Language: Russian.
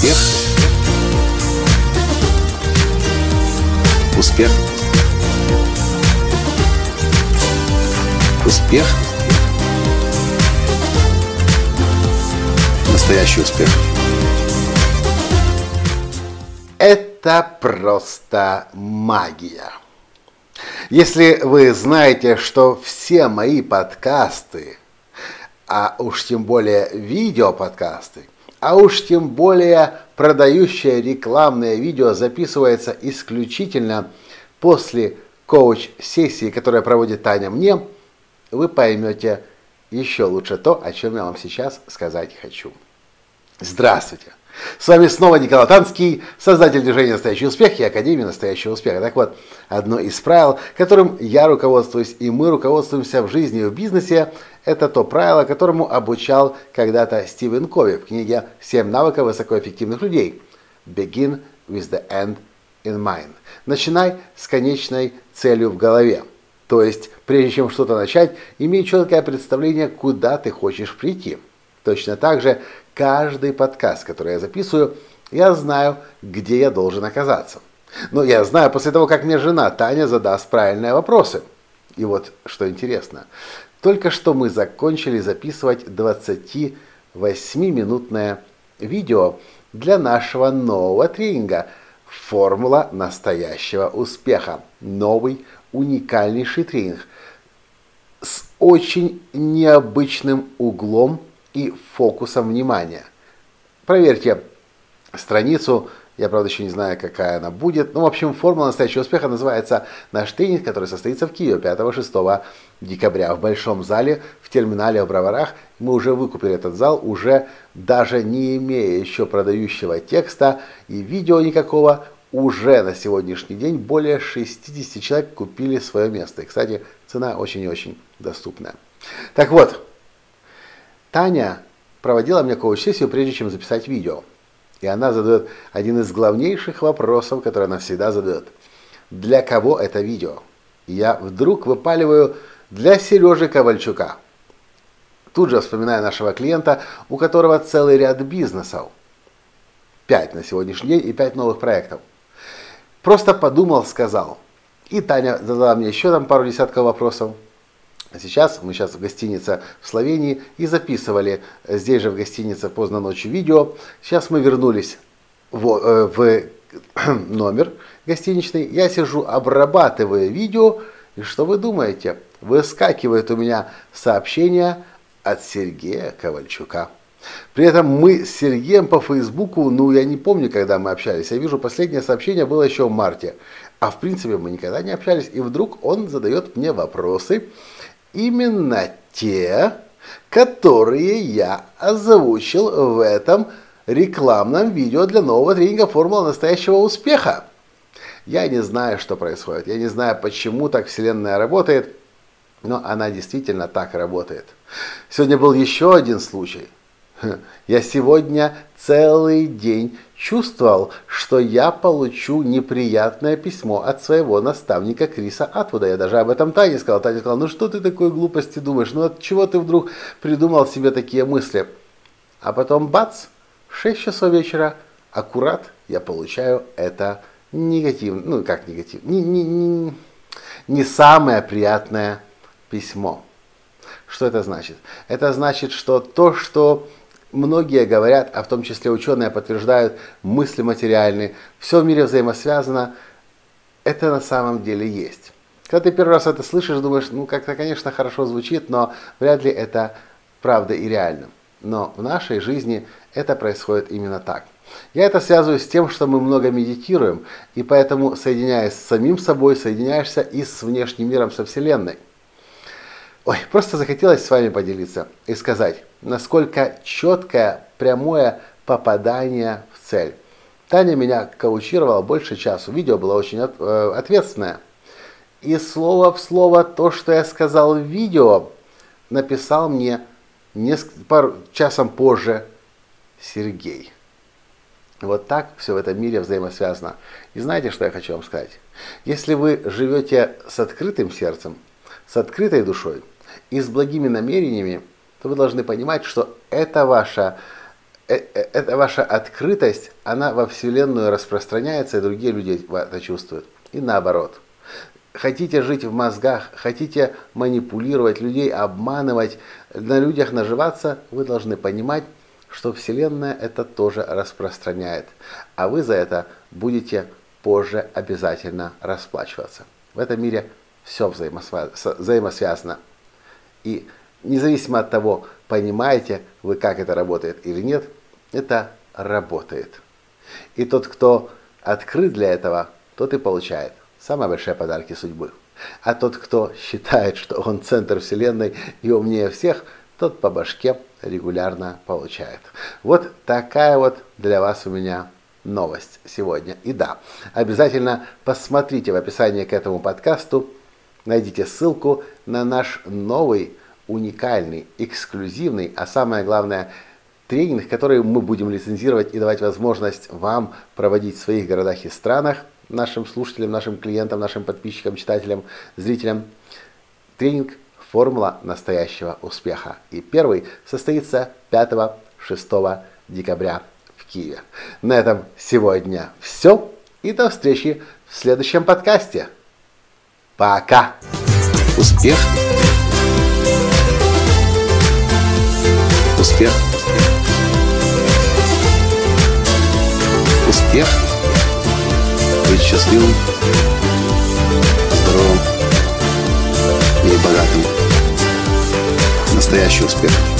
Успех. Успех. Успех. Настоящий успех. Это просто магия. Если вы знаете, что все мои подкасты, а уж тем более видеоподкасты, а уж тем более продающее рекламное видео записывается исключительно после коуч-сессии, которая проводит Таня мне, вы поймете еще лучше то, о чем я вам сейчас сказать хочу. Здравствуйте! С вами снова Николай Танский, создатель движения «Настоящий успех» и Академии «Настоящего успеха». Так вот, одно из правил, которым я руководствуюсь и мы руководствуемся в жизни и в бизнесе, это то правило, которому обучал когда-то Стивен Кови в книге «7 навыков высокоэффективных людей». Begin with the end in mind. Начинай с конечной целью в голове. То есть, прежде чем что-то начать, имей четкое представление, куда ты хочешь прийти. Точно так же, каждый подкаст, который я записываю, я знаю, где я должен оказаться. Но я знаю после того, как мне жена Таня задаст правильные вопросы. И вот что интересно. Только что мы закончили записывать 28-минутное видео для нашего нового тренинга «Формула настоящего успеха». Новый, уникальнейший тренинг с очень необычным углом и фокусом внимания. Проверьте страницу, я, правда, еще не знаю, какая она будет. В общем, «Формула настоящего успеха» называется наш тренинг, который состоится в Киеве 5-6 декабря в Большом зале в терминале в Броварах. Мы уже выкупили этот зал, уже даже не имея еще продающего текста и видео никакого, уже на сегодняшний день более 60 человек купили свое место. И, кстати, цена очень и очень доступная. Так вот, Таня проводила мне коуч-сессию, прежде чем записать видео. И она задает один из главнейших вопросов, который она всегда задает. Для кого это видео? И я вдруг выпаливаю: для Сережи Ковальчука. Тут же вспоминаю нашего клиента, у которого целый ряд бизнесов. 5 на сегодняшний день и 5 новых проектов. Просто подумал, сказал. И Таня задала мне еще пару десятков вопросов. А мы сейчас в гостинице в Словении и записывали здесь же в гостинице поздно ночью видео. Сейчас мы вернулись в номер гостиничный. Я сижу, обрабатываю видео. И что вы думаете? Выскакивает у меня сообщение от Сергея Ковальчука. При этом мы с Сергеем по Фейсбуку, я не помню, когда мы общались. Я вижу, последнее сообщение было еще в марте. А в принципе мы никогда не общались. И вдруг он задает мне вопросы. Именно те, которые я озвучил в этом рекламном видео для нового тренинга «Формула настоящего успеха». Я не знаю, что происходит. Я не знаю, почему так Вселенная работает. Но она действительно так работает. Сегодня был еще один случай. Я сегодня целый день чувствовал, что я получу неприятное письмо от своего наставника Криса Атвуда. Я даже об этом Тане сказал. Таня сказала: что ты такой глупости думаешь? От чего ты вдруг придумал себе такие мысли? А потом бац, в 6 часов вечера, аккурат, я получаю это негативное, не самое приятное письмо. Что это значит? Это значит, что то, что многие говорят, а в том числе ученые подтверждают, мысли материальные, все в мире взаимосвязано, это на самом деле есть. Когда ты первый раз это слышишь, думаешь, как-то, конечно, хорошо звучит, но вряд ли это правда и реально. Но в нашей жизни это происходит именно так. Я это связываю с тем, что мы много медитируем, и поэтому, соединяясь с самим собой, соединяешься и с внешним миром, со Вселенной. Просто захотелось с вами поделиться и сказать, насколько четкое, прямое попадание в цель. Таня меня коучировала больше часу. Видео было очень ответственное. И слово в слово то, что я сказал в видео, написал мне пару часом позже Сергей. Вот так все в этом мире взаимосвязано. И знаете, что я хочу вам сказать? Если вы живете с открытым сердцем, с открытой душой и с благими намерениями, то вы должны понимать, что это эта ваша открытость, она во Вселенную распространяется, и другие люди это чувствуют. И наоборот. Хотите жить в мозгах, хотите манипулировать людей, обманывать, на людях наживаться, вы должны понимать, что Вселенная это тоже распространяет. А вы за это будете позже обязательно расплачиваться. В этом мире все взаимосвязано. И независимо от того, понимаете вы, как это работает или нет, это работает. И тот, кто открыт для этого, тот и получает самые большие подарки судьбы. А тот, кто считает, что он центр Вселенной и умнее всех, тот по башке регулярно получает. Вот такая вот для вас у меня новость сегодня. И да, обязательно посмотрите в описании к этому подкасту, найдите ссылку на наш новый, уникальный, эксклюзивный, а самое главное, тренинг, который мы будем лицензировать и давать возможность вам проводить в своих городах и странах, нашим слушателям, нашим клиентам, нашим подписчикам, читателям, зрителям. Тренинг «Формула настоящего успеха». И первый состоится 5-6 декабря в Киеве. На этом сегодня все. И до встречи в следующем подкасте. Пока! Успех! Успех! Успех! Быть счастливым, здоровым и богатым. Настоящий успех.